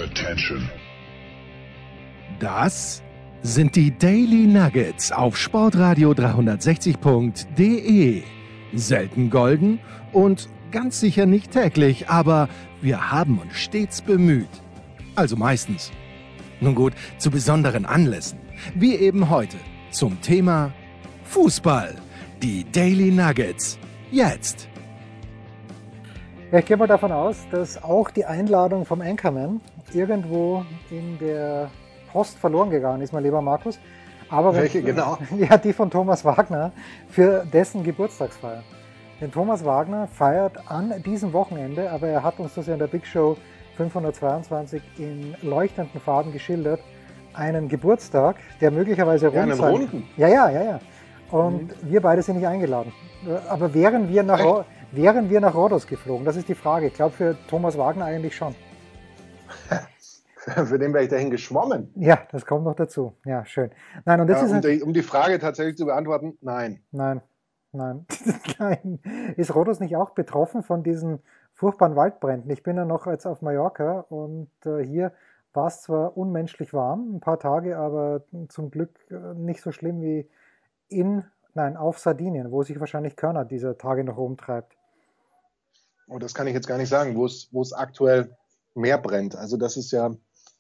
Attention. Das sind die Daily Nuggets auf Sportradio 360.de. Selten golden und ganz sicher nicht täglich, aber wir haben uns stets bemüht. Also meistens. Nun gut, zu besonderen Anlässen, wie eben heute, zum Thema Fußball. Die Daily Nuggets. Jetzt. Ja, ich gehe mal davon aus, dass auch die Einladung vom Anchorman irgendwo in der Post verloren gegangen ist, mein lieber Markus. Aber welche genau? Ja, die von Thomas Wagner für dessen Geburtstagsfeier. Denn Thomas Wagner feiert an diesem Wochenende, aber er hat uns das ja in der Big Show 522 in leuchtenden Farben geschildert, einen Geburtstag, der möglicherweise rund einen sein. runden? Ja. Und wir beide sind nicht eingeladen. Aber wären wir nach Rhodos geflogen? Das ist die Frage. Ich glaube, für Thomas Wagner eigentlich schon. Für den wäre ich dahin geschwommen. Ja, das kommt noch dazu. Ja, schön. Nein, und das ist um die Frage tatsächlich zu beantworten, nein. Nein. Nein. Ist Rhodos nicht auch betroffen von diesen furchtbaren Waldbränden? Ich bin ja noch jetzt auf Mallorca und hier war es zwar unmenschlich warm, ein paar Tage, aber zum Glück nicht so schlimm wie auf Sardinien, wo sich wahrscheinlich Körner dieser Tage noch rumtreibt. Oh, das kann ich jetzt gar nicht sagen, wo es aktuell mehr brennt. Also das ist ja,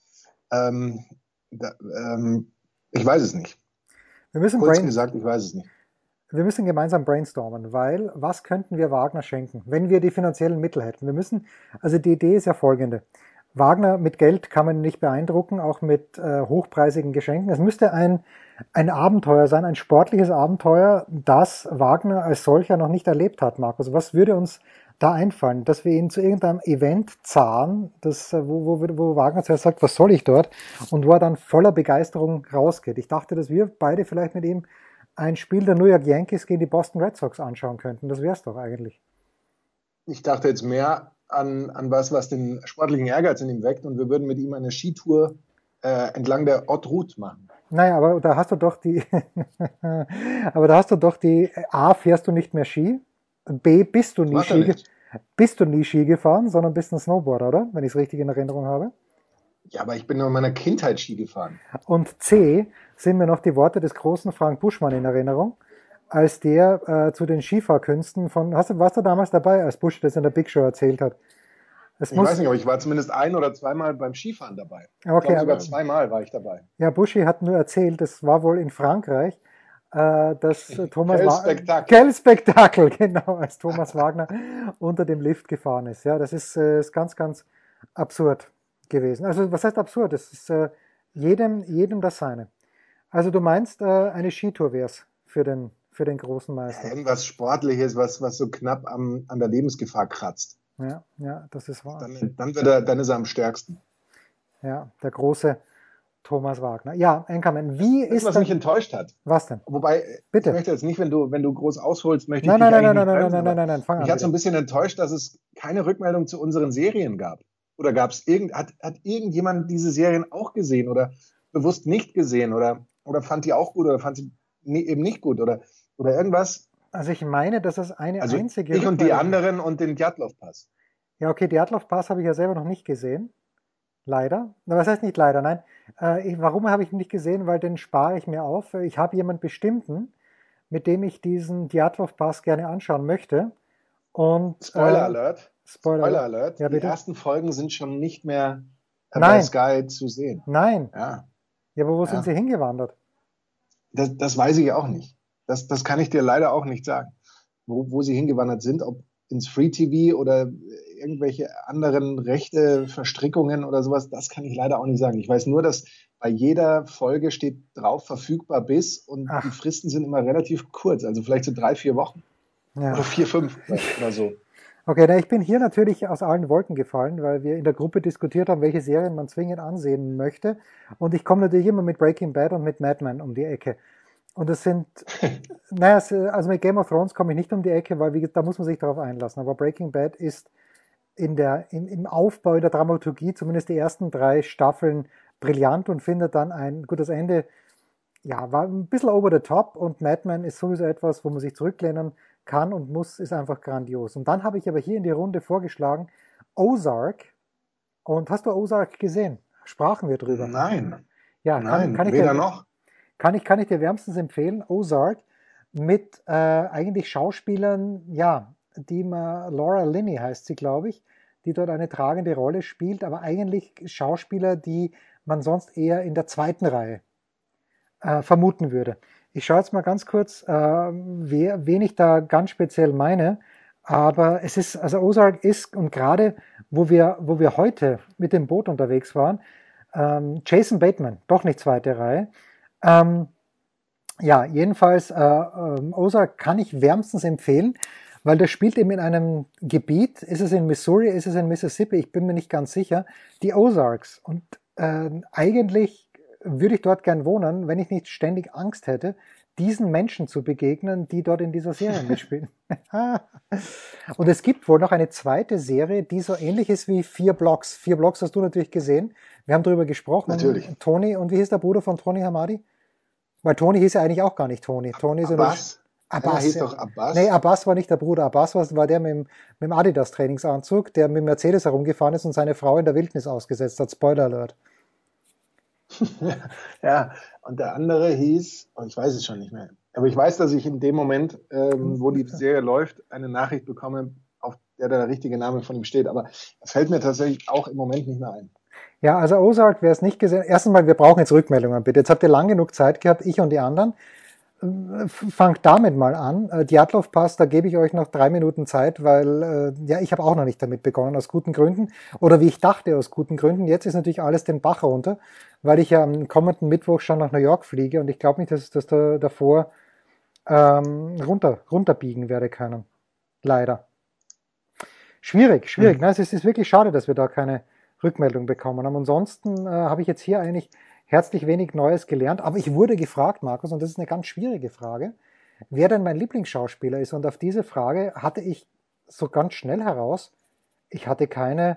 ich weiß es nicht. Kurz gesagt, ich weiß es nicht. Wir müssen gemeinsam brainstormen, weil was könnten wir Wagner schenken, wenn wir die finanziellen Mittel hätten? Also die Idee ist ja folgende. Wagner mit Geld kann man nicht beeindrucken, auch mit hochpreisigen Geschenken. Es müsste ein Abenteuer sein, ein sportliches Abenteuer, das Wagner als solcher noch nicht erlebt hat, Markus. Was würde uns da einfallen, dass wir ihn zu irgendeinem Event zahlen, wo Wagner zuerst sagt, was soll ich dort? Und wo er dann voller Begeisterung rausgeht. Ich dachte, dass wir beide vielleicht mit ihm ein Spiel der New York Yankees gegen die Boston Red Sox anschauen könnten. Das wäre es doch eigentlich. Ich dachte jetzt mehr an was den sportlichen Ehrgeiz in ihm weckt und wir würden mit ihm eine Skitour entlang der Haute Route machen. Naja, aber da hast du doch A, fährst du nicht mehr Ski, B, bist du nie Ski gefahren, sondern bist ein Snowboarder, oder? Wenn ich es richtig in Erinnerung habe. Ja, aber ich bin nur in meiner Kindheit Ski gefahren. Und C, sind mir noch die Worte des großen Frank Buschmann in Erinnerung, als der zu den Skifahrkünsten warst du damals dabei, als Busch das in der Big Show erzählt hat? Ich weiß nicht, aber ich war zumindest ein- oder zweimal beim Skifahren dabei. Okay, ich glaube, sogar zweimal war ich dabei. Ja, Buschi hat nur erzählt, das war wohl in Frankreich, dass Thomas Quel Spektakel, genau, als Thomas Wagner unter dem Lift gefahren ist. Ja, das ist ganz, ganz absurd gewesen. Also was heißt absurd? Das ist jedem das Seine. Also du meinst, eine Skitour wäre es für den großen Meister. Irgendwas Sportliches, was so knapp an der Lebensgefahr kratzt. Ja, das ist wahr. Dann ist er am stärksten. Ja, der große Thomas Wagner. Ja, Anchorman, wie ist was mich enttäuscht hat? Was denn? Wobei, bitte. Ich möchte jetzt nicht, wenn du groß ausholst, möchte ich Nein, fang an. Mich hat so ein bisschen enttäuscht, dass es keine Rückmeldung zu unseren Serien gab. Oder gab es hat irgendjemand diese Serien auch gesehen oder bewusst nicht gesehen oder fand die auch gut oder fand sie eben nicht gut oder irgendwas? Also ich meine, dass es einzige ich und die anderen und den Djatlov-Pass. Ja, okay, Djatlov-Pass habe ich ja selber noch nicht gesehen. Leider. Was heißt nicht leider? Nein. Warum habe ich ihn nicht gesehen? Weil den spare ich mir auf. Ich habe jemanden Bestimmten, mit dem ich diesen Djatlov-Pass gerne anschauen möchte. Und, Spoiler Alert. Ja, die ersten Folgen sind schon nicht mehr bei Sky zu sehen. Nein. Ja, aber wo sind sie hingewandert? Das weiß ich auch nicht. Das kann ich dir leider auch nicht sagen. Wo sie hingewandert sind, ob ins Free TV oder irgendwelche anderen rechte Verstrickungen oder sowas, das kann ich leider auch nicht sagen. Ich weiß nur, dass bei jeder Folge steht drauf verfügbar bis und die Fristen sind immer relativ kurz, also vielleicht so 3-4 Wochen. Ja. Oder 4-5 oder so. Okay, ich bin hier natürlich aus allen Wolken gefallen, weil wir in der Gruppe diskutiert haben, welche Serien man zwingend ansehen möchte. Und ich komme natürlich immer mit Breaking Bad und mit Mad Men um die Ecke. Und es sind, also mit Game of Thrones komme ich nicht um die Ecke, weil da muss man sich darauf einlassen. Aber Breaking Bad ist im Aufbau, in der Dramaturgie, zumindest die ersten 3 Staffeln brillant und findet dann das Ende, war ein bisschen over the top und Mad Men ist sowieso etwas, wo man sich zurücklehnen kann und muss, ist einfach grandios. Und dann habe ich aber hier in die Runde vorgeschlagen, Ozark Und hast du Ozark gesehen? Sprachen wir drüber? Nein, Ja, nein, kann ich weder dir, noch. kann ich dir wärmstens empfehlen. Ozark mit eigentlich Schauspielern, ja, die man, Laura Linney heißt sie, glaube ich, die dort eine tragende Rolle spielt, aber eigentlich Schauspieler, die man sonst eher in der zweiten Reihe vermuten würde. Ich schaue jetzt mal ganz kurz, wen ich da ganz speziell meine. Aber es ist, also Ozark ist, und gerade wo wir heute mit dem Boot unterwegs waren, Jason Bateman, doch nicht zweite Reihe. Ähm, ja, jedenfalls, Ozark kann ich wärmstens empfehlen, weil das spielt eben in einem Gebiet, ist es in Missouri, ist es in Mississippi, ich bin mir nicht ganz sicher, die Ozarks. Und eigentlich würde ich dort gern wohnen, wenn ich nicht ständig Angst hätte, diesen Menschen zu begegnen, die dort in dieser Serie mitspielen. Und es gibt wohl noch eine zweite Serie, die so ähnlich ist wie Vier Blocks. Vier Blocks hast du natürlich gesehen. Wir haben darüber gesprochen. Natürlich. Tony, und wie hieß der Bruder von Tony Hamadi? Weil Tony hieß ja eigentlich auch gar nicht Tony. Tony ist ja nur Abbas. Abbas. Er hieß doch Abbas. Nee, Abbas war nicht der Bruder. Abbas war der mit dem Adidas-Trainingsanzug, der mit dem Mercedes herumgefahren ist und seine Frau in der Wildnis ausgesetzt hat. Spoiler Alert. Ja, und der andere hieß, oh, ich weiß es schon nicht mehr, aber ich weiß, dass ich in dem Moment, wo die Serie läuft, eine Nachricht bekomme, auf der richtige Name von ihm steht, aber es fällt mir tatsächlich auch im Moment nicht mehr ein. Ja, also Ozark, wer es nicht gesehen, erstens mal, wir brauchen jetzt Rückmeldungen, bitte. Jetzt habt ihr lang genug Zeit gehabt, ich und die anderen. Fangt damit mal an. Djatlov Pass, da gebe ich euch noch 3 Minuten Zeit, weil ja, ich habe auch noch nicht damit begonnen, aus guten Gründen. Oder wie ich dachte, aus guten Gründen. Jetzt ist natürlich alles den Bach runter, weil ich ja am kommenden Mittwoch schon nach New York fliege und ich glaube nicht, dass da davor runterbiegen werde können. Leider. Schwierig. Ne? Es ist wirklich schade, dass wir da keine Rückmeldung bekommen haben. Ansonsten habe ich jetzt hier eigentlich herzlich wenig Neues gelernt, aber ich wurde gefragt, Markus, und das ist eine ganz schwierige Frage, wer denn mein Lieblingsschauspieler ist. Und auf diese Frage hatte ich so ganz schnell heraus, ich hatte keine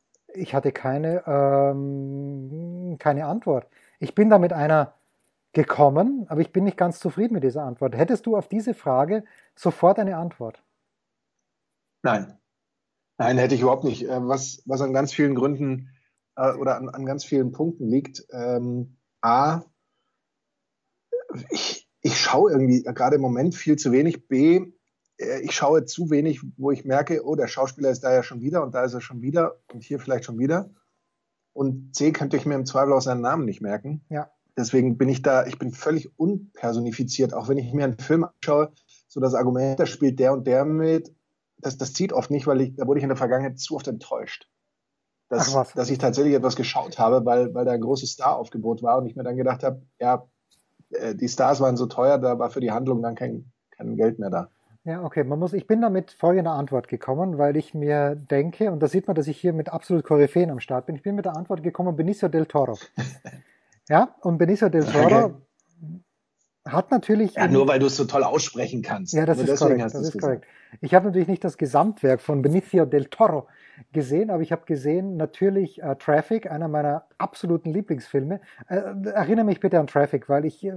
Antwort. Ich bin da mit einer gekommen, aber ich bin nicht ganz zufrieden mit dieser Antwort. Hättest du auf diese Frage sofort eine Antwort? Nein, nein, hätte ich überhaupt nicht. Was an ganz vielen Gründen oder an ganz vielen Punkten liegt. A, ich schaue irgendwie gerade im Moment viel zu wenig. B, ich schaue zu wenig, wo ich merke, oh, der Schauspieler ist da ja schon wieder und da ist er schon wieder und hier vielleicht schon wieder. Und C, könnte ich mir im Zweifel auch seinen Namen nicht merken. Ja. Deswegen bin ich völlig unpersonifiziert, auch wenn ich mir einen Film anschaue, so das Argument, da spielt der und der mit, das zieht oft nicht, da wurde ich in der Vergangenheit zu oft enttäuscht. Ach was. Dass ich tatsächlich etwas geschaut habe, weil da ein großes Star-Aufgebot war und ich mir dann gedacht habe, ja, die Stars waren so teuer, da war für die Handlung dann kein Geld mehr da. Ja, okay. Ich bin da mit folgender Antwort gekommen, weil ich mir denke, und da sieht man, dass ich hier mit absolut Koryphäen am Start bin. Ich bin mit der Antwort gekommen, Benicio del Toro. Ja, und Benicio del Toro Okay. hat natürlich. Ja, nur weil du es so toll aussprechen kannst. Ja, das nur ist deswegen korrekt. hast Das du es ist gesagt. korrekt. Ich habe natürlich nicht das Gesamtwerk von Benicio del Toro gesehen, aber ich habe gesehen natürlich Traffic, einer meiner absoluten Lieblingsfilme. Erinnere mich bitte an Traffic, weil ich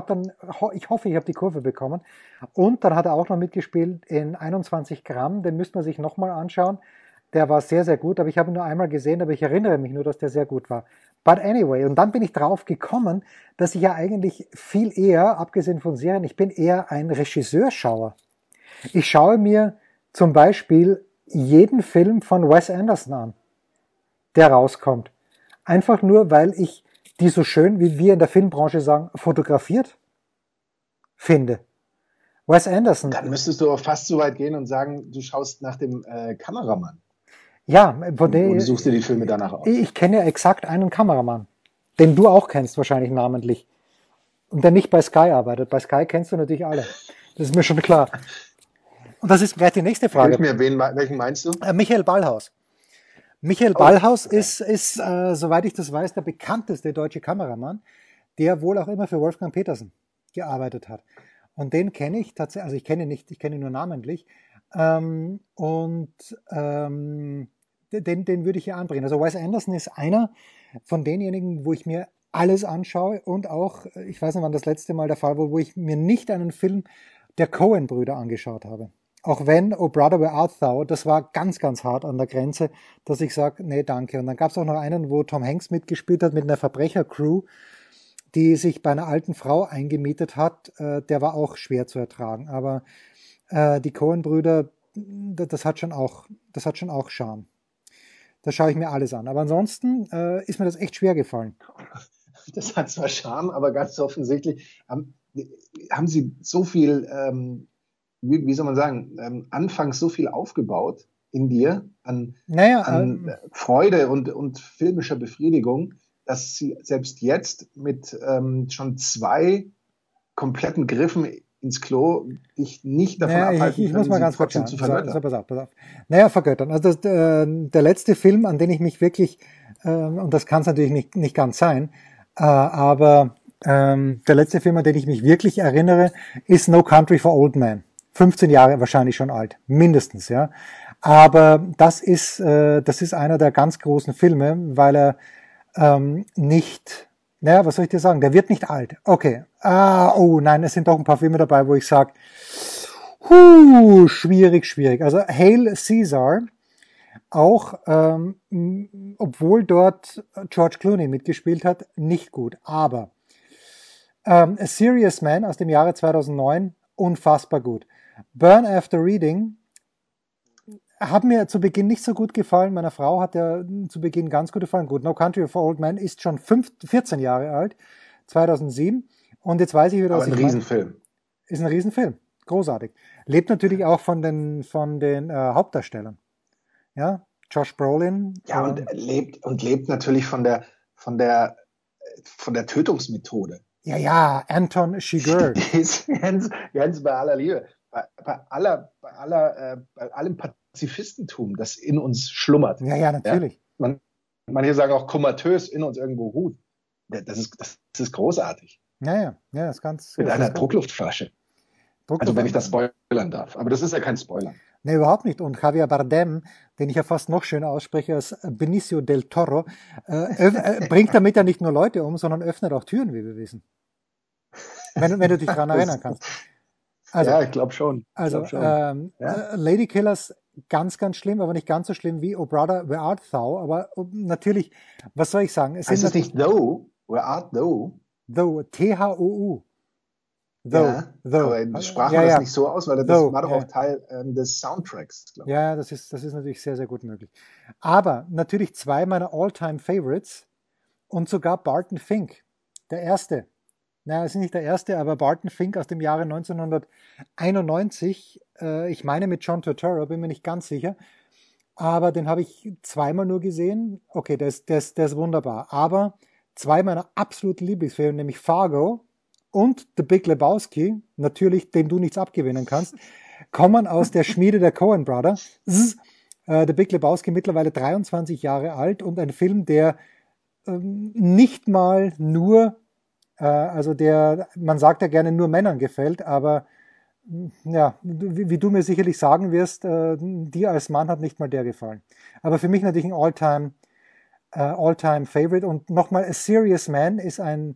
hoffe, ich habe die Kurve bekommen. Und dann hat er auch noch mitgespielt in 21 Gramm, den müsste man sich nochmal anschauen. Der war sehr, sehr gut, aber ich habe ihn nur einmal gesehen, aber ich erinnere mich nur, dass der sehr gut war. But anyway, und dann bin ich drauf gekommen, dass ich ja eigentlich viel eher, abgesehen von Serien, ich bin eher ein Regisseurschauer. Ich schaue mir zum Beispiel jeden Film von Wes Anderson an, der rauskommt. Einfach nur, weil ich die so schön, wie wir in der Filmbranche sagen, fotografiert finde. Wes Anderson. Dann müsstest du aber fast so weit gehen und sagen, du schaust nach dem Kameramann. Ja, Und suchst dir die Filme danach aus. Ich kenne ja exakt einen Kameramann, den du auch kennst wahrscheinlich namentlich. Und der nicht bei Sky arbeitet. Bei Sky kennst du natürlich alle. Das ist mir schon klar. Und das ist gleich die nächste Frage. Hilf mir, welchen meinst du? Michael Ballhaus. Michael Ballhaus ist soweit ich das weiß, der bekannteste deutsche Kameramann, der wohl auch immer für Wolfgang Petersen gearbeitet hat. Und den kenne ich tatsächlich, also ich kenne ihn nur namentlich. Den würde ich hier anbringen. Also Wes Anderson ist einer von denjenigen, wo ich mir alles anschaue und auch, ich weiß nicht, wann das letzte Mal der Fall war, wo ich mir nicht einen Film der Coen-Brüder angeschaut habe. Auch wenn Oh Brother Where Art Thou, das war ganz, ganz hart an der Grenze, dass ich sage, nee, danke. Und dann gab es auch noch einen, wo Tom Hanks mitgespielt hat mit einer Verbrechercrew, die sich bei einer alten Frau eingemietet hat. Der war auch schwer zu ertragen. Aber die Coen-Brüder, das hat schon auch Charme. Das schaue ich mir alles an. Aber ansonsten ist mir das echt schwer gefallen. Das hat zwar Charme, aber ganz offensichtlich haben sie so viel, wie soll man sagen, anfangs so viel aufgebaut in dir an Freude und filmischer Befriedigung, dass sie selbst jetzt mit schon 2 kompletten Griffen ins Klo dich nicht davon abhalten ich muss mal ganz kurz schauen. Zu vergöttern. Pass auf. Naja, vergöttern. Also der letzte Film, an den ich mich wirklich, und das kann es natürlich nicht ganz sein, aber der letzte Film, an den ich mich wirklich erinnere, ist No Country for Old Men. 15 Jahre wahrscheinlich schon alt, mindestens, ja. Aber das ist einer der ganz großen Filme, weil er nicht, naja, was soll ich dir sagen, der wird nicht alt. Okay. Nein, es sind doch ein paar Filme dabei, wo ich sage, schwierig. Also Hail Caesar, auch, obwohl dort George Clooney mitgespielt hat, nicht gut. Aber A Serious Man aus dem Jahre 2009, unfassbar gut. Burn After Reading hat mir zu Beginn nicht so gut gefallen. Meiner Frau hat ja zu Beginn ganz gut gefallen. Gut, No Country for Old Men ist schon 14 Jahre alt, 2007. Und jetzt weiß ich wieder, was ich meine. Ist ein Riesenfilm. Großartig. Lebt natürlich auch von den Hauptdarstellern. Ja, Josh Brolin. Ja, und lebt natürlich von der Tötungsmethode. Ja, Anton Chigurh. Jens, bei aller Liebe, bei allem Pazifistentum, das in uns schlummert. Ja, natürlich. Ja? Manche sagen auch komatös in uns irgendwo ruht. Das ist großartig. Ja, das ist ganz... Mit einer Druckluftflasche. Also wenn ich das spoilern darf. Aber das ist ja kein Spoiler. Nee, überhaupt nicht. Und Javier Bardem, den ich ja fast noch schöner ausspreche als Benicio del Toro, bringt damit ja nicht nur Leute um, sondern öffnet auch Türen, wie wir wissen. Wenn du dich daran erinnern kannst. Also, ja, ich glaube schon. Ladykillers, ganz, ganz schlimm, aber nicht ganz so schlimm wie Oh Brother, Where Art Thou? Aber natürlich, was soll ich sagen? Es ist nicht Thou, Where Art Thou? Thou, Thou. Though. Aber sprach man das nicht so aus, weil das war doch auch Teil des Soundtracks, glaube ich. Ja, das ist natürlich sehr, sehr gut möglich. Aber natürlich 2 meiner All-Time-Favorites und sogar Barton Fink, der erste. Naja, es ist nicht der erste, aber Barton Fink aus dem Jahre 1991, ich meine mit John Turturro, bin mir nicht ganz sicher, aber den habe ich 2-mal nur gesehen. Okay, der ist wunderbar. Aber 2 meiner absoluten Lieblingsfilme, nämlich Fargo und The Big Lebowski, natürlich, dem du nichts abgewinnen kannst, kommen aus der Schmiede der Coen-Brother. The Big Lebowski mittlerweile 23 Jahre alt und ein Film, der nicht mal nur, man sagt ja gerne nur Männern gefällt, aber ja, wie du mir sicherlich sagen wirst, dir als Mann hat nicht mal der gefallen. Aber für mich natürlich ein All-Time Favorite. Und nochmal, A Serious Man ist ein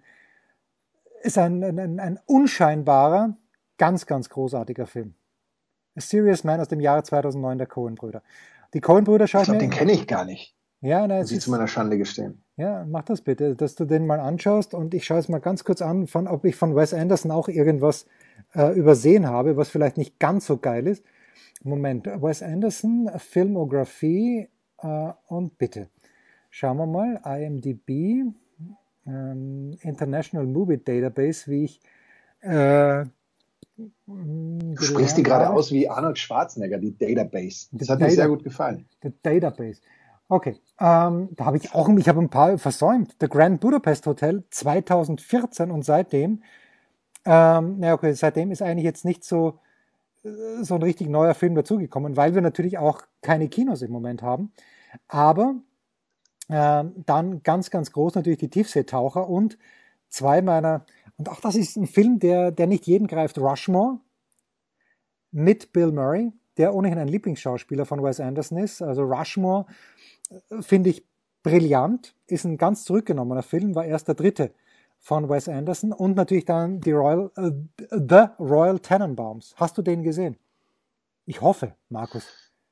unscheinbarer, ganz, ganz großartiger Film. A Serious Man aus dem Jahre 2009 der Coen-Brüder. Die Coen-Brüder schaue ich mir... Den kenne ich gar nicht. Ja, muss ich zu meiner Schande gestehen. Ja, mach das bitte, dass du den mal anschaust und ich schaue es mal ganz kurz an, ob ich von Wes Anderson auch irgendwas übersehen habe, was vielleicht nicht ganz so geil ist. Moment, Wes Anderson, Filmografie und bitte. Schauen wir mal, IMDb, International Movie Database, wie ich du sprichst die gerade aus wie Arnold Schwarzenegger, die Database. Das hat mir sehr gut gefallen. Die Database. Okay, da habe ich habe ein paar versäumt. The Grand Budapest Hotel 2014 und seitdem, seitdem ist eigentlich jetzt nicht so ein richtig neuer Film dazugekommen, weil wir natürlich auch keine Kinos im Moment haben. Aber dann ganz, ganz groß natürlich die Tiefseetaucher und 2 meiner, und auch das ist ein Film, der nicht jeden greift, Rushmore mit Bill Murray, der ohnehin ein Lieblingsschauspieler von Wes Anderson ist. Also Rushmore finde ich brillant, ist ein ganz zurückgenommener Film, war erst der 3. von Wes Anderson und natürlich dann The Royal Tenenbaums. Hast du den gesehen? Ich hoffe, Markus.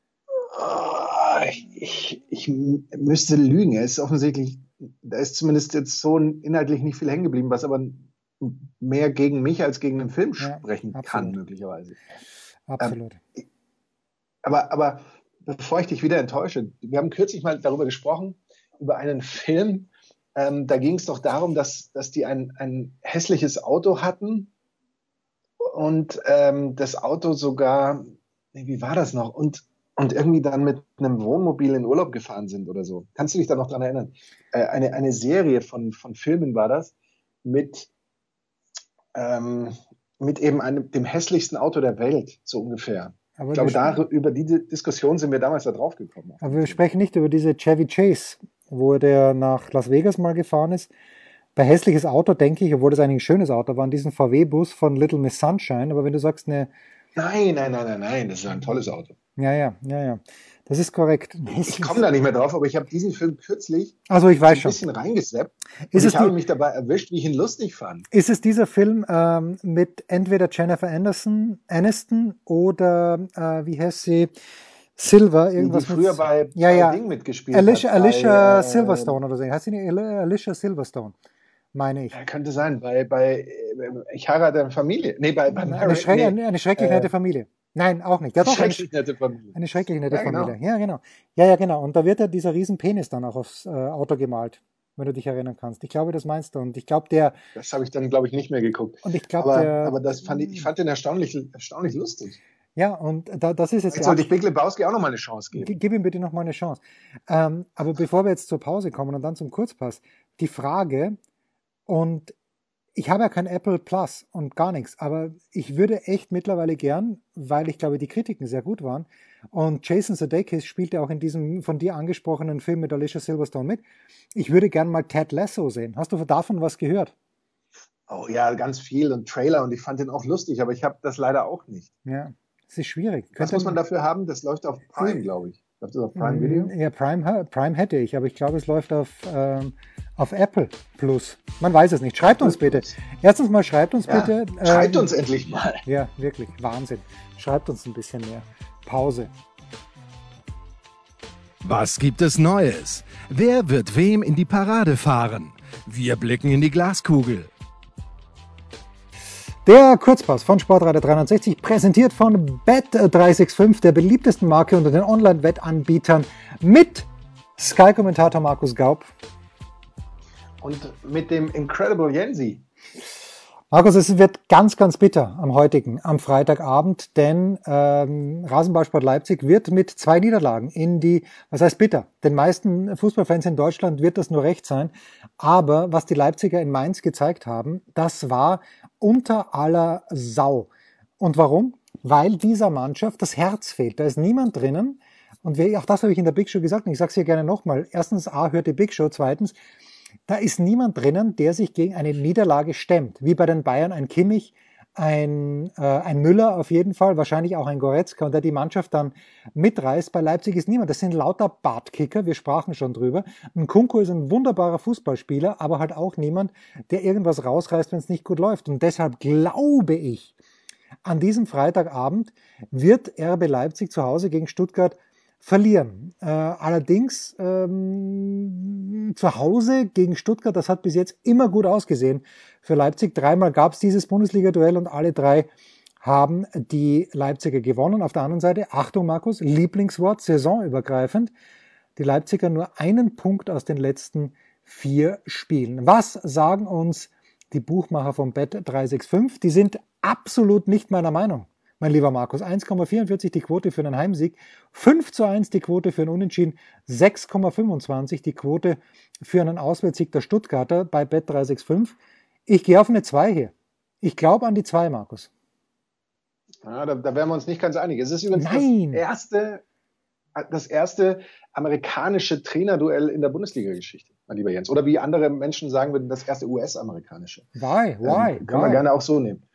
Ich müsste lügen. Er ist offensichtlich, da ist zumindest jetzt so inhaltlich nicht viel hängen geblieben, was aber mehr gegen mich als gegen den Film Ja, sprechen kann, absolut. möglicherweise. Ähm, Absolut. aber bevor ich dich wieder enttäusche, wir haben kürzlich mal darüber gesprochen, über einen Film. Da ging es doch darum, dass die ein hässliches Auto hatten und das Auto sogar, nee, wie war das noch? Und irgendwie dann mit einem Wohnmobil in Urlaub gefahren sind oder so. Kannst du dich da noch dran erinnern? Eine Serie von Filmen war das mit, ähm, mit eben dem hässlichsten Auto der Welt, so ungefähr. Ich Aber wir, glaube, über diese Diskussion sind wir damals da drauf gekommen. Auf aber den wir Film. sprechen nicht über diese Chevy Chase, wo der nach Las Vegas mal gefahren ist. Bei hässliches Auto denke ich, obwohl das eigentlich ein schönes Auto war, an diesen VW-Bus von Little Miss Sunshine. Aber wenn du sagst, eine, Nein, das ist ein tolles Auto. ja, das ist korrekt. Ein Ich komme hässliches. da nicht mehr drauf, aber ich habe diesen Film kürzlich Also ich so weiß ein schon. bisschen reingesappt und Ist es ich habe die, mich dabei erwischt, wie ich ihn lustig fand. ist es dieser Film mit entweder Jennifer Aniston oder wie heißt sie? Silver, Die irgendwas mit. früher Ja, bei ja. Ding mitgespielt hat, Alicia Silverstone oder so. Heißt sie nicht Alicia Silverstone? Meine ich. könnte sein, bei Ich heirate eine Familie. Nee, bei Mary, nee, Eine schrecklich äh, nette Familie. Nein, auch nicht. Ja, doch, schrecklich nette Familie. eine schrecklich nette Ja, Familie. genau. Ja, genau. Ja, genau. Und da wird ja dieser riesen Penis dann auch aufs Auto gemalt, wenn du dich erinnern kannst. Ich glaube, das meinst du. Und ich glaube, Das habe ich dann, glaube ich, nicht mehr geguckt. und ich glaube, Aber ich fand den erstaunlich lustig. ja, und das ist jetzt Vielleicht die sollte ich Big Lebowski auch noch mal eine Chance geben. Gib ihm bitte noch mal eine Chance. Aber bevor wir jetzt zur Pause kommen und dann zum Kurzpass, die Frage, und ich habe ja kein Apple Plus und gar nichts, aber ich würde echt mittlerweile gern, weil ich glaube, die Kritiken sehr gut waren, und Jason Sudeikis spielt ja auch in diesem von dir angesprochenen Film mit Alicia Silverstone mit, ich würde gern mal Ted Lasso sehen. Hast du davon was gehört? Oh ja, ganz viel und Trailer und ich fand den auch lustig, aber ich habe das leider auch nicht. Ja, es ist schwierig. Was muss man Könnte, dafür haben? Das läuft auf Prime, glaube ich. Läuft das auf Prime Video? Ja, Prime hätte ich, aber ich glaube, es läuft auf Apple Plus. Man weiß es nicht. Schreibt uns Apple bitte. Plus. Erstens mal schreibt uns Ja, bitte. schreibt uns endlich mal. Ja, wirklich. Wahnsinn. Schreibt uns ein bisschen mehr. Pause. Was gibt es Neues? Wer wird wem in die Parade fahren? Wir blicken in die Glaskugel. Der Kurzpass von Sportradar 360, präsentiert von Bet365, der beliebtesten Marke unter den Online-Wettanbietern, mit Sky-Kommentator Markus Gaub. Und mit dem Incredible Jensi. Markus, es wird ganz, ganz bitter am Freitagabend, denn Rasenballsport Leipzig wird mit 2 Niederlagen was heißt bitter? Den meisten Fußballfans in Deutschland wird das nur recht sein, aber was die Leipziger in Mainz gezeigt haben, das war unter aller Sau. Und warum? Weil dieser Mannschaft das Herz fehlt. Da ist niemand drinnen. Und auch das habe ich in der Big Show gesagt, und ich sage es hier gerne nochmal. Erstens, hört die Big Show. Zweitens, da ist niemand drinnen, der sich gegen eine Niederlage stemmt. Wie bei den Bayern ein Kimmich, ein Müller auf jeden Fall, wahrscheinlich auch ein Goretzka, und der die Mannschaft dann mitreißt. Bei Leipzig ist niemand. Das sind lauter Bartkicker, wir sprachen schon drüber. Ein Nkunku ist ein wunderbarer Fußballspieler, aber halt auch niemand, der irgendwas rausreißt, wenn es nicht gut läuft. Und deshalb glaube ich, an diesem Freitagabend wird RB Leipzig zu Hause gegen Stuttgart verlieren. Allerdings zu Hause gegen Stuttgart, das hat bis jetzt immer gut ausgesehen für Leipzig. 3-mal gab es dieses Bundesliga-Duell und alle 3 haben die Leipziger gewonnen. Auf der anderen Seite, Achtung Markus, Lieblingswort, saisonübergreifend, die Leipziger nur 1 Punkt aus den letzten 4 Spielen. Was sagen uns die Buchmacher vom Bet365? Die sind absolut nicht meiner Meinung. Mein lieber Markus, 1,44 die Quote für einen Heimsieg, 5:1 die Quote für einen Unentschieden, 6,25 die Quote für einen Auswärtssieg der Stuttgarter bei Bet365. Ich gehe auf eine 2 hier. Ich glaube an die 2, Markus. Ja, da wären wir uns nicht ganz einig. Es ist übrigens Nein. das erste amerikanische Trainerduell in der Bundesliga-Geschichte, mein lieber Jens. Oder wie andere Menschen sagen würden, das erste US-amerikanische. Why? Kann man gerne auch so nehmen.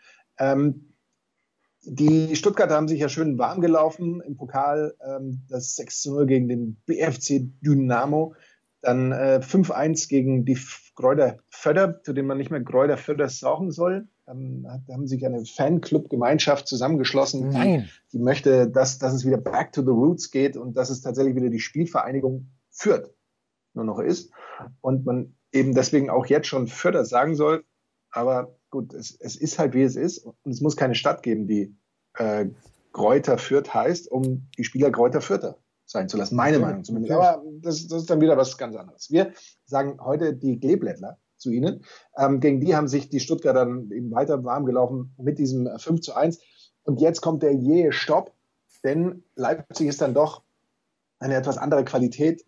Die Stuttgarter haben sich ja schön warm gelaufen im Pokal. Das 6:0 gegen den BFC Dynamo. Dann 5-1 gegen die Gräuter Föder, zu denen man nicht mehr Gräuter Föder saugen soll. Da haben sich eine Fanclub-Gemeinschaft zusammengeschlossen, die möchte, dass es wieder back to the roots geht und dass es tatsächlich wieder die Spielvereinigung Fürth nur noch ist. Und man eben deswegen auch jetzt schon Föder sagen soll. Aber gut, es ist halt, wie es ist. Und es muss keine Stadt geben, die Greuther Fürth heißt, um die Spieler Greuther Fürther sein zu lassen. Meine Meinung zumindest. Aber das ist dann wieder was ganz anderes. Wir sagen heute die Kleeblättler zu ihnen. Gegen die haben sich die Stuttgarter dann eben weiter warm gelaufen mit diesem 5-1. Und jetzt kommt der jähe Stopp, denn Leipzig ist dann doch eine etwas andere Qualität,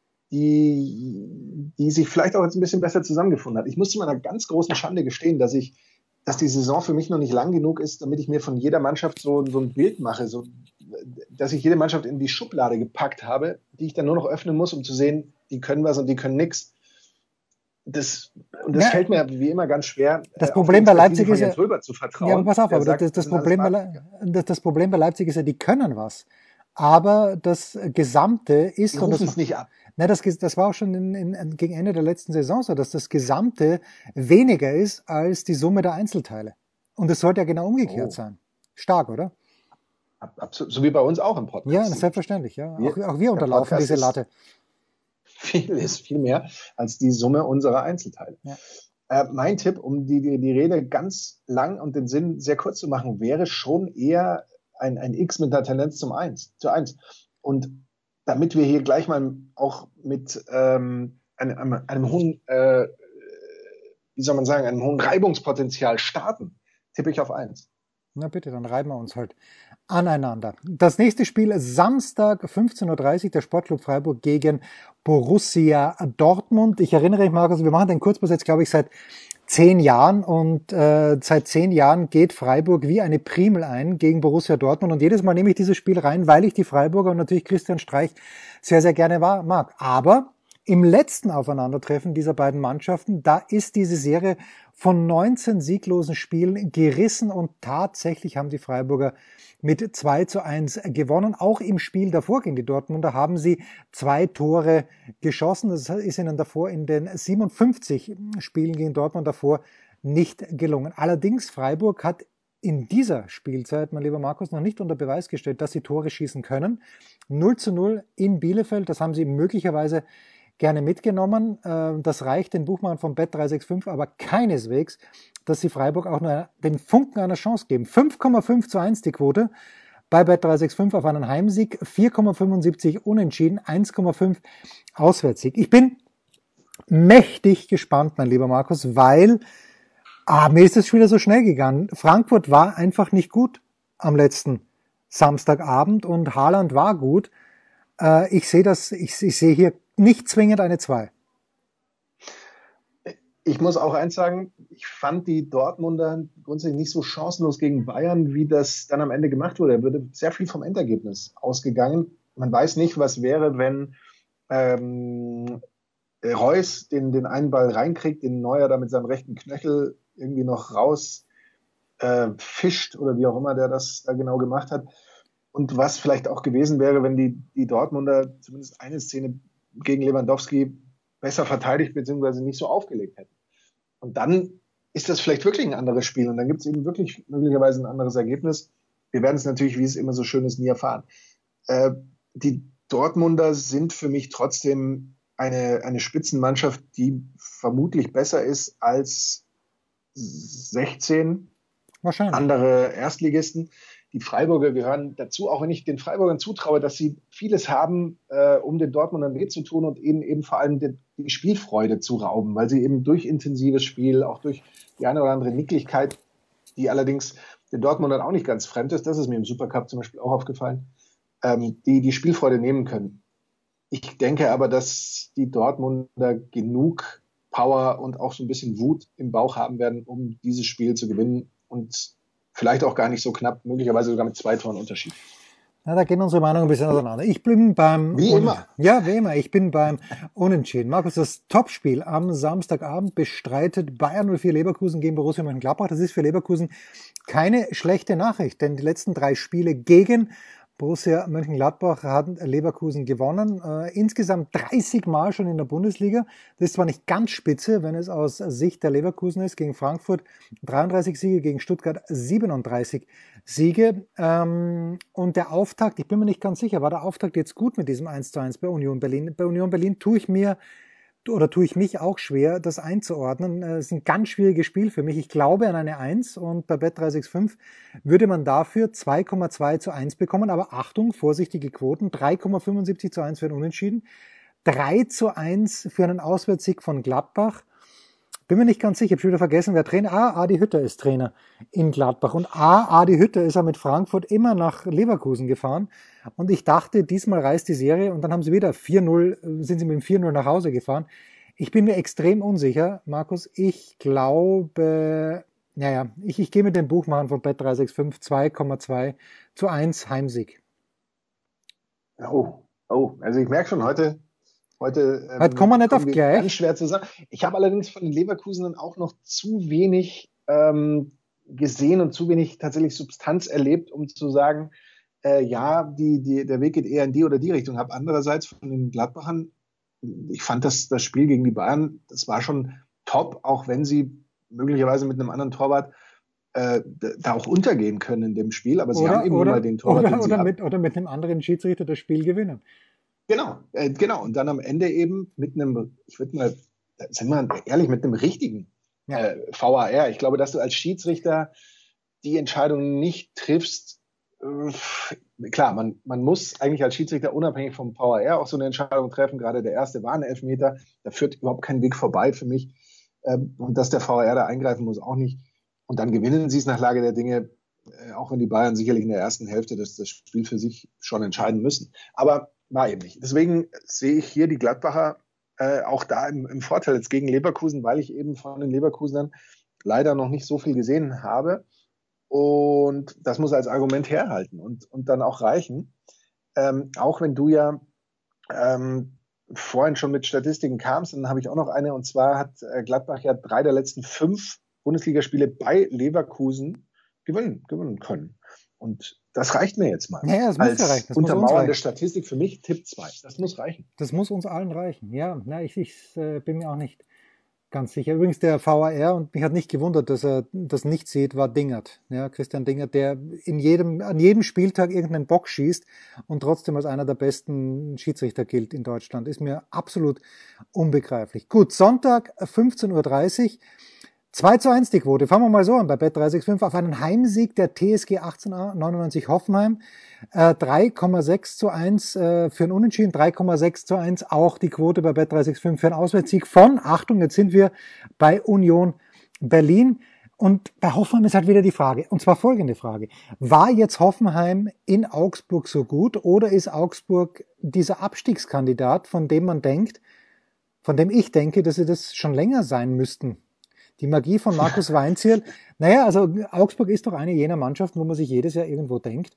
die sich vielleicht auch jetzt ein bisschen besser zusammengefunden hat. Ich muss zu meiner ganz großen Schande gestehen, dass die Saison für mich noch nicht lang genug ist, damit ich mir von jeder Mannschaft so ein Bild mache, so, dass ich jede Mannschaft in die Schublade gepackt habe, die ich dann nur noch öffnen muss, um zu sehen, die können was und die können nichts. Das fällt mir wie immer ganz schwer. Das Problem bei Leipzig ist zu vertrauen. Ja, aber pass auf, aber das Problem bei Leipzig ist ja, die können was. Aber das Gesamte ist... Die rufen es nicht ab. Nein, das war auch schon gegen Ende der letzten Saison so, dass das Gesamte weniger ist als die Summe der Einzelteile. Und es sollte ja genau umgekehrt sein. Stark, oder? Absolut. So wie bei uns auch im Podcast. Ja, selbstverständlich. Ja. Auch wir unterlaufen diese Latte. Viel mehr als die Summe unserer Einzelteile. Ja. Mein Tipp, um die Rede ganz lang und den Sinn sehr kurz zu machen, wäre schon eher ein X mit einer Tendenz zu 1. Und damit wir hier gleich mal auch mit einem hohen, einem hohen Reibungspotenzial starten, tippe ich auf 1. Na bitte, dann reiben wir uns halt aneinander. Das nächste Spiel ist Samstag 15.30 Uhr, der Sportclub Freiburg gegen Borussia Dortmund. Ich erinnere mich, Markus, wir machen den Kurzpass jetzt, glaube ich, seit 10 Jahren und seit 10 Jahren geht Freiburg wie eine Primel ein gegen Borussia Dortmund und jedes Mal nehme ich dieses Spiel rein, weil ich die Freiburger und natürlich Christian Streich sehr, sehr gerne mag. Aber im letzten Aufeinandertreffen dieser beiden Mannschaften, da ist diese Serie von 19 sieglosen Spielen gerissen und tatsächlich haben die Freiburger mit 2-1 gewonnen. Auch im Spiel davor gegen die Dortmunder haben sie 2 Tore geschossen. Das ist ihnen davor in den 57 Spielen gegen Dortmund davor nicht gelungen. Allerdings Freiburg hat in dieser Spielzeit, mein lieber Markus, noch nicht unter Beweis gestellt, dass sie Tore schießen können. 0-0 in Bielefeld, das haben sie möglicherweise gerne mitgenommen. Das reicht den Buchmachern von Bet365 aber keineswegs, dass sie Freiburg auch nur den Funken einer Chance geben. 5,5-1 die Quote bei Bet365 auf einen Heimsieg, 4,75 unentschieden, 1,5 Auswärtssieg. Ich bin mächtig gespannt, mein lieber Markus, weil mir ist das Spiel so schnell gegangen. Frankfurt war einfach nicht gut am letzten Samstagabend und Haaland war gut. Ich sehe hier nicht zwingend eine 2. Ich muss auch eins sagen, ich fand die Dortmunder grundsätzlich nicht so chancenlos gegen Bayern, wie das dann am Ende gemacht wurde. Da würde sehr viel vom Endergebnis ausgegangen. Man weiß nicht, was wäre, wenn Reus den einen Ball reinkriegt, den Neuer da mit seinem rechten Knöchel irgendwie noch raus fischt oder wie auch immer der das da genau gemacht hat. Und was vielleicht auch gewesen wäre, wenn die Dortmunder zumindest eine Szene gegen Lewandowski besser verteidigt bzw. nicht so aufgelegt hätten. Und dann ist das vielleicht wirklich ein anderes Spiel und dann gibt es eben wirklich möglicherweise ein anderes Ergebnis. Wir werden es natürlich, wie es immer so schön ist, nie erfahren. Die Dortmunder sind für mich trotzdem eine Spitzenmannschaft, die vermutlich besser ist als 16 andere Erstligisten. Die Freiburger gehören dazu, auch wenn ich den Freiburgern zutraue, dass sie vieles haben, um den Dortmundern weh zu tun und ihnen eben vor allem die Spielfreude zu rauben, weil sie eben durch intensives Spiel, auch durch die eine oder andere Nicklichkeit, die allerdings den Dortmundern auch nicht ganz fremd ist, das ist mir im Supercup zum Beispiel auch aufgefallen, die Spielfreude nehmen können. Ich denke aber, dass die Dortmunder genug Power und auch so ein bisschen Wut im Bauch haben werden, um dieses Spiel zu gewinnen und vielleicht auch gar nicht so knapp, möglicherweise sogar mit 2 Toren Unterschied. Na, da gehen unsere Meinungen ein bisschen auseinander. Ich bin beim... Wie immer. Ja, wie immer. Ich bin beim Unentschieden. Markus, das Topspiel am Samstagabend bestreitet Bayern 04 Leverkusen gegen Borussia Mönchengladbach. Das ist für Leverkusen keine schlechte Nachricht, denn die letzten 3 Spiele gegen Borussia Mönchengladbach hat Leverkusen gewonnen. Insgesamt 30 Mal schon in der Bundesliga. Das ist zwar nicht ganz spitze, wenn es aus Sicht der Leverkusen ist. Gegen Frankfurt 33 Siege, gegen Stuttgart 37 Siege. Und der Auftakt, ich bin mir nicht ganz sicher, war der Auftakt jetzt gut mit diesem 1:1 bei Union Berlin? Bei Union Berlin tue ich mich auch schwer, das einzuordnen. Es ist ein ganz schwieriges Spiel für mich. Ich glaube an eine 1 und bei Bet365 würde man dafür 2,2:1 bekommen. Aber Achtung, vorsichtige Quoten, 3,75:1 für ein Unentschieden, 3:1 für einen Auswärtssieg von Gladbach. Bin mir nicht ganz sicher, ich habe schon wieder vergessen, wer Trainer. Adi Hütter ist Trainer in Gladbach. Und Adi Hütter ist er mit Frankfurt immer nach Leverkusen gefahren. Und ich dachte, diesmal reißt die Serie. Und dann haben sie wieder 4:0, sind sie mit dem 4:0 nach Hause gefahren. Ich bin mir extrem unsicher, Markus. Ich glaube, ich gehe mit dem Buchmachen von Bet365 2,2:1 Heimsieg. Oh, also ich merke schon, heute kommen wir nicht auf gleich. Ganz schwer zu sagen. Ich habe allerdings von den Leverkusenern auch noch zu wenig gesehen und zu wenig tatsächlich Substanz erlebt, um zu sagen, der Weg geht eher in die oder die Richtung. Habe andererseits von den Gladbachern, ich fand das Spiel gegen die Bayern, das war schon top, auch wenn sie möglicherweise mit einem anderen Torwart da auch untergehen können in dem Spiel. Aber sie haben eben mal den Torwart, oder mit einem anderen Schiedsrichter das Spiel gewinnen. Genau. Und dann am Ende eben mit einem, sind wir ehrlich, mit einem richtigen VAR. Ich glaube, dass du als Schiedsrichter die Entscheidung nicht triffst. Klar, man muss eigentlich als Schiedsrichter unabhängig vom VAR auch so eine Entscheidung treffen. Gerade der erste war ein Elfmeter. Da führt überhaupt kein Weg vorbei für mich. Und dass der VAR da eingreifen muss, auch nicht. Und dann gewinnen sie es nach Lage der Dinge, auch wenn die Bayern sicherlich in der ersten Hälfte das Spiel für sich schon entscheiden müssen. Aber war eben nicht. Deswegen sehe ich hier die Gladbacher auch da im Vorteil jetzt gegen Leverkusen, weil ich eben von den Leverkusenern leider noch nicht so viel gesehen habe. Und das muss als Argument herhalten und dann auch reichen. Auch wenn du ja vorhin schon mit Statistiken kamst, dann habe ich auch noch eine. Und zwar hat Gladbach ja 3 der letzten 5 Bundesligaspiele bei Leverkusen gewinnen können. Und das reicht mir jetzt mal. Ja, das muss ja reichen. Das untermauernde Statistik für mich, Tipp 2. Das muss reichen. Das muss uns allen reichen. Ja, ich bin mir auch nicht ganz sicher. Übrigens der VAR, und mich hat nicht gewundert, dass er das nicht sieht, war Dingert. Ja, Christian Dingert, der an jedem Spieltag irgendeinen Bock schießt und trotzdem als einer der besten Schiedsrichter gilt in Deutschland. Ist mir absolut unbegreiflich. Gut, Sonntag 15:30 Uhr. 2:1 die Quote. Fangen wir mal so an bei Bet365 auf einen Heimsieg der TSG 1899 Hoffenheim. 3,6:1 für ein Unentschieden, 3,6:1 auch die Quote bei Bet365 für einen Auswärtssieg von, Achtung, jetzt sind wir bei Union Berlin. Und bei Hoffenheim ist halt wieder die Frage, und zwar folgende Frage. War jetzt Hoffenheim in Augsburg so gut oder ist Augsburg dieser Abstiegskandidat, von dem ich denke, dass sie das schon länger sein müssten? Die Magie von Markus Weinzierl. Also Augsburg ist doch eine jener Mannschaften, wo man sich jedes Jahr irgendwo denkt,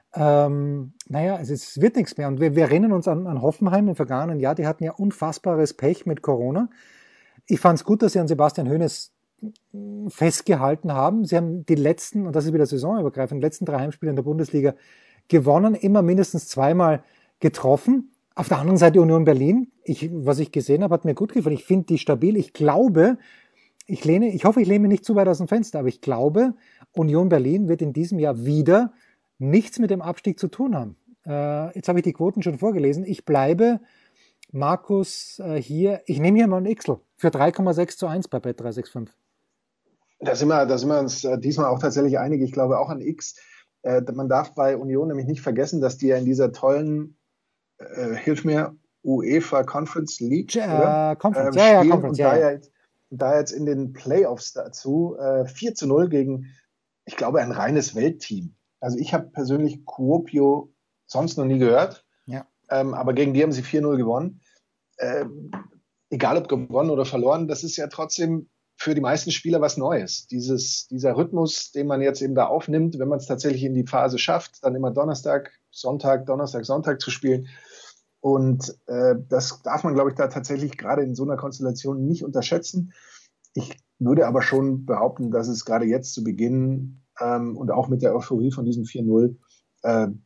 es wird nichts mehr. Und wir erinnern uns an Hoffenheim im vergangenen Jahr, die hatten ja unfassbares Pech mit Corona. Ich fand es gut, dass sie an Sebastian Hoeneß festgehalten haben. Sie haben die letzten, und das ist wieder saisonübergreifend, die letzten 3 Heimspiele in der Bundesliga gewonnen, immer mindestens 2-mal getroffen. Auf der anderen Seite Union Berlin, was ich gesehen habe, hat mir gut gefallen. Ich finde die stabil. Ich glaube, ich hoffe, ich lehne mich nicht zu weit aus dem Fenster, aber ich glaube, Union Berlin wird in diesem Jahr wieder nichts mit dem Abstieg zu tun haben. Jetzt habe ich die Quoten schon vorgelesen. Ich bleibe, Markus, ich nehme hier mal ein Xl für 3,6:1 bei Bet365. Da sind wir uns diesmal auch tatsächlich einig. Ich glaube auch an X. Man darf bei Union nämlich nicht vergessen, dass die ja in dieser tollen, hilf mir, UEFA Conference League Conference. Und da jetzt in den Playoffs dazu 4:0 gegen, ich glaube, ein reines Weltteam. Also ich habe persönlich Kuopio sonst noch nie gehört, aber gegen die haben sie 4:0 gewonnen. Egal ob gewonnen oder verloren, das ist ja trotzdem für die meisten Spieler was Neues. Dieser Rhythmus, den man jetzt eben da aufnimmt, wenn man es tatsächlich in die Phase schafft, dann immer Donnerstag, Sonntag zu spielen. Und das darf man, glaube ich, da tatsächlich gerade in so einer Konstellation nicht unterschätzen. Ich würde aber schon behaupten, dass es gerade jetzt zu Beginn und auch mit der Euphorie von diesem 4:0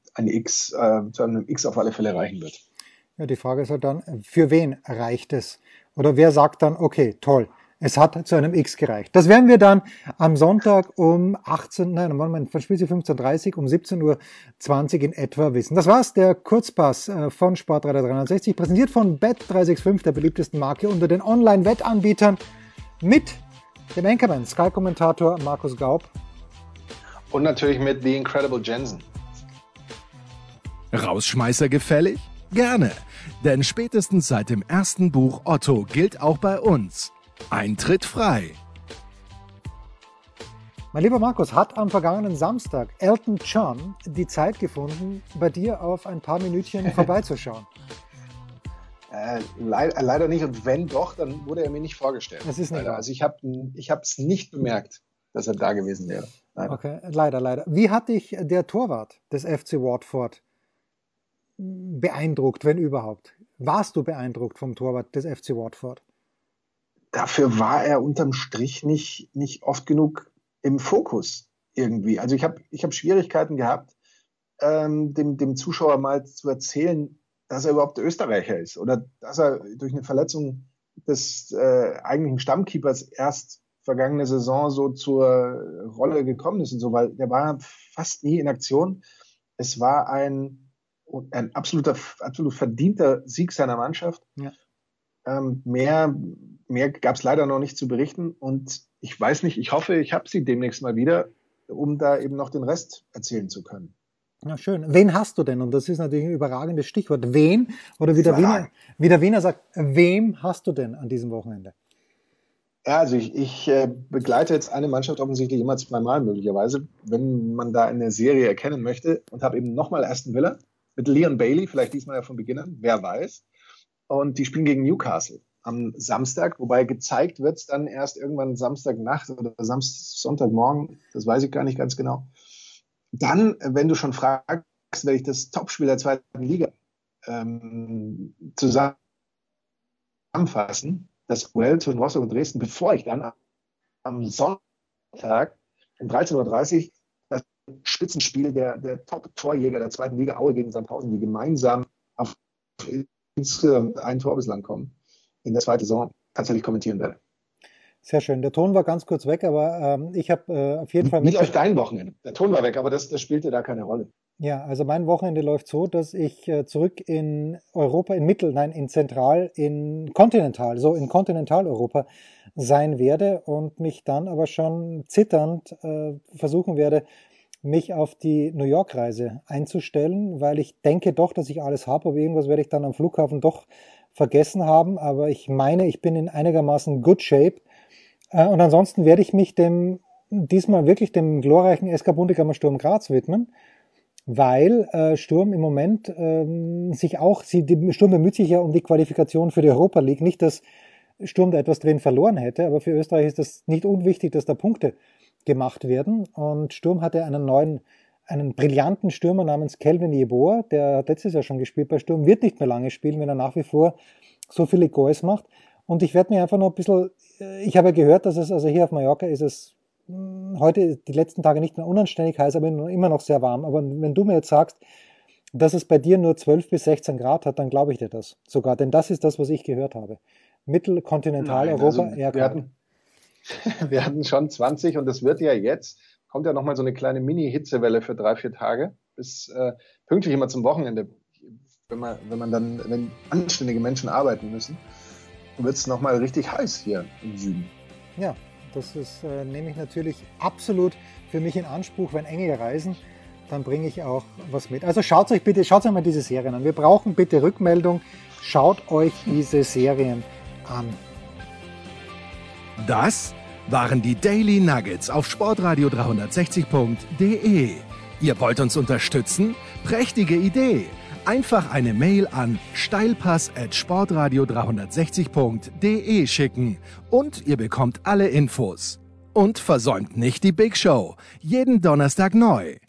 zu einem X auf alle Fälle reichen wird. Ja, die Frage ist halt dann, für wen reicht es? Oder wer sagt dann, okay, toll, es hat zu einem X gereicht. Das werden wir dann am Sonntag um 15.30 Uhr, um 17.20 Uhr in etwa wissen. Das war's, der Kurzpass von Sportradio 360, präsentiert von Bet365, der beliebtesten Marke unter den Online-Wettanbietern, mit dem Anchorman, Sky-Kommentator Markus Gaub. Und natürlich mit The Incredible Jensen. Rausschmeißer gefällig? Gerne, denn spätestens seit dem ersten Buch Otto gilt auch bei uns: Eintritt frei. Mein lieber Markus, hat am vergangenen Samstag Elton John die Zeit gefunden, bei dir auf ein paar Minütchen vorbeizuschauen? Leider nicht, und wenn doch, dann wurde er mir nicht vorgestellt. Das ist nicht wahr. Also ich habe es nicht bemerkt, dass er da gewesen wäre. Leider. Okay, leider. Wie hat dich der Torwart des FC Watford beeindruckt, wenn überhaupt? Warst du beeindruckt vom Torwart des FC Watford? Dafür war er unterm Strich nicht oft genug im Fokus irgendwie. Also ich hab Schwierigkeiten gehabt, dem Zuschauer mal zu erzählen, dass er überhaupt Österreicher ist oder dass er durch eine Verletzung des eigentlichen Stammkeepers erst vergangene Saison so zur Rolle gekommen ist und so, weil der war fast nie in Aktion. Es war ein absolut verdienter Sieg seiner Mannschaft. Ja. Mehr gab es leider noch nicht zu berichten, und ich weiß nicht, ich hoffe, ich habe sie demnächst mal wieder, um da eben noch den Rest erzählen zu können. Na schön. Wen hast du denn? Und das ist natürlich ein überragendes Stichwort. Wen? Oder wie der Wiener sagt, wem hast du denn an diesem Wochenende? Ja, also ich begleite jetzt eine Mannschaft offensichtlich immer zweimal möglicherweise, wenn man da eine Serie erkennen möchte, und habe eben nochmal Aston Villa mit Leon Bailey, vielleicht diesmal ja von Beginn an, wer weiß. Und die spielen gegen Newcastle am Samstag, wobei gezeigt wird es dann erst irgendwann Samstagnacht oder Sonntagmorgen, das weiß ich gar nicht ganz genau. Dann, wenn du schon fragst, werde ich das Topspiel der zweiten Liga zusammenfassen, das Duell zwischen Rostock und Dresden, bevor ich dann am Sonntag um 13.30 Uhr das Spitzenspiel der Top-Torjäger der zweiten Liga, Aue gegen Sandhausen, die gemeinsam auf insgesamt ein Tor bislang kommen, in der zweiten Saison tatsächlich kommentieren werde. Sehr schön. Der Ton war ganz kurz weg, aber ich habe auf jeden Fall... Wie läuft dein Wochenende? Der Ton war weg, aber das spielte da keine Rolle. Ja, also mein Wochenende läuft so, dass ich zurück in Europa, in Kontinentaleuropa sein werde und mich dann aber schon zitternd versuchen werde, mich auf die New York-Reise einzustellen, weil ich denke doch, dass ich alles habe, aber irgendwas werde ich dann am Flughafen doch vergessen haben, aber ich meine, ich bin in einigermaßen good shape, und ansonsten werde ich mich diesmal wirklich dem glorreichen SK Bundegammer Sturm Graz widmen, weil Sturm im Moment Sturm bemüht sich ja um die Qualifikation für die Europa League, nicht, dass Sturm da etwas drin verloren hätte, aber für Österreich ist das nicht unwichtig, dass da Punkte gemacht werden, und Sturm hatte einen brillanten Stürmer namens Kelvin Yeboah, der hat letztes Jahr schon gespielt bei Sturm, wird nicht mehr lange spielen, wenn er nach wie vor so viele Goals macht, und ich werde mir einfach noch ein bisschen, ich habe gehört, dass es, also hier auf Mallorca ist es heute die letzten Tage nicht mehr unanständig heiß, aber immer noch sehr warm, aber wenn du mir jetzt sagst, dass es bei dir nur 12 bis 16 Grad hat, dann glaube ich dir das sogar, denn das ist das, was ich gehört habe. Mittelkontinentaleuropa, also wir hatten schon 20, und das wird ja jetzt, kommt ja nochmal so eine kleine Mini-Hitzewelle für 3-4 Tage, bis pünktlich immer zum Wochenende, wenn anständige Menschen arbeiten müssen, wird es nochmal richtig heiß hier im Süden. Ja, das ist, nehme ich natürlich absolut für mich in Anspruch, wenn Engel reisen, dann bringe ich auch was mit. Also schaut euch mal diese Serien an. Wir brauchen bitte Rückmeldung. Schaut euch diese Serien an. Das waren die Daily Nuggets auf sportradio360.de. Ihr wollt uns unterstützen? Prächtige Idee! Einfach eine Mail an steilpass@sportradio360.de schicken und ihr bekommt alle Infos. Und versäumt nicht die Big Show. Jeden Donnerstag neu.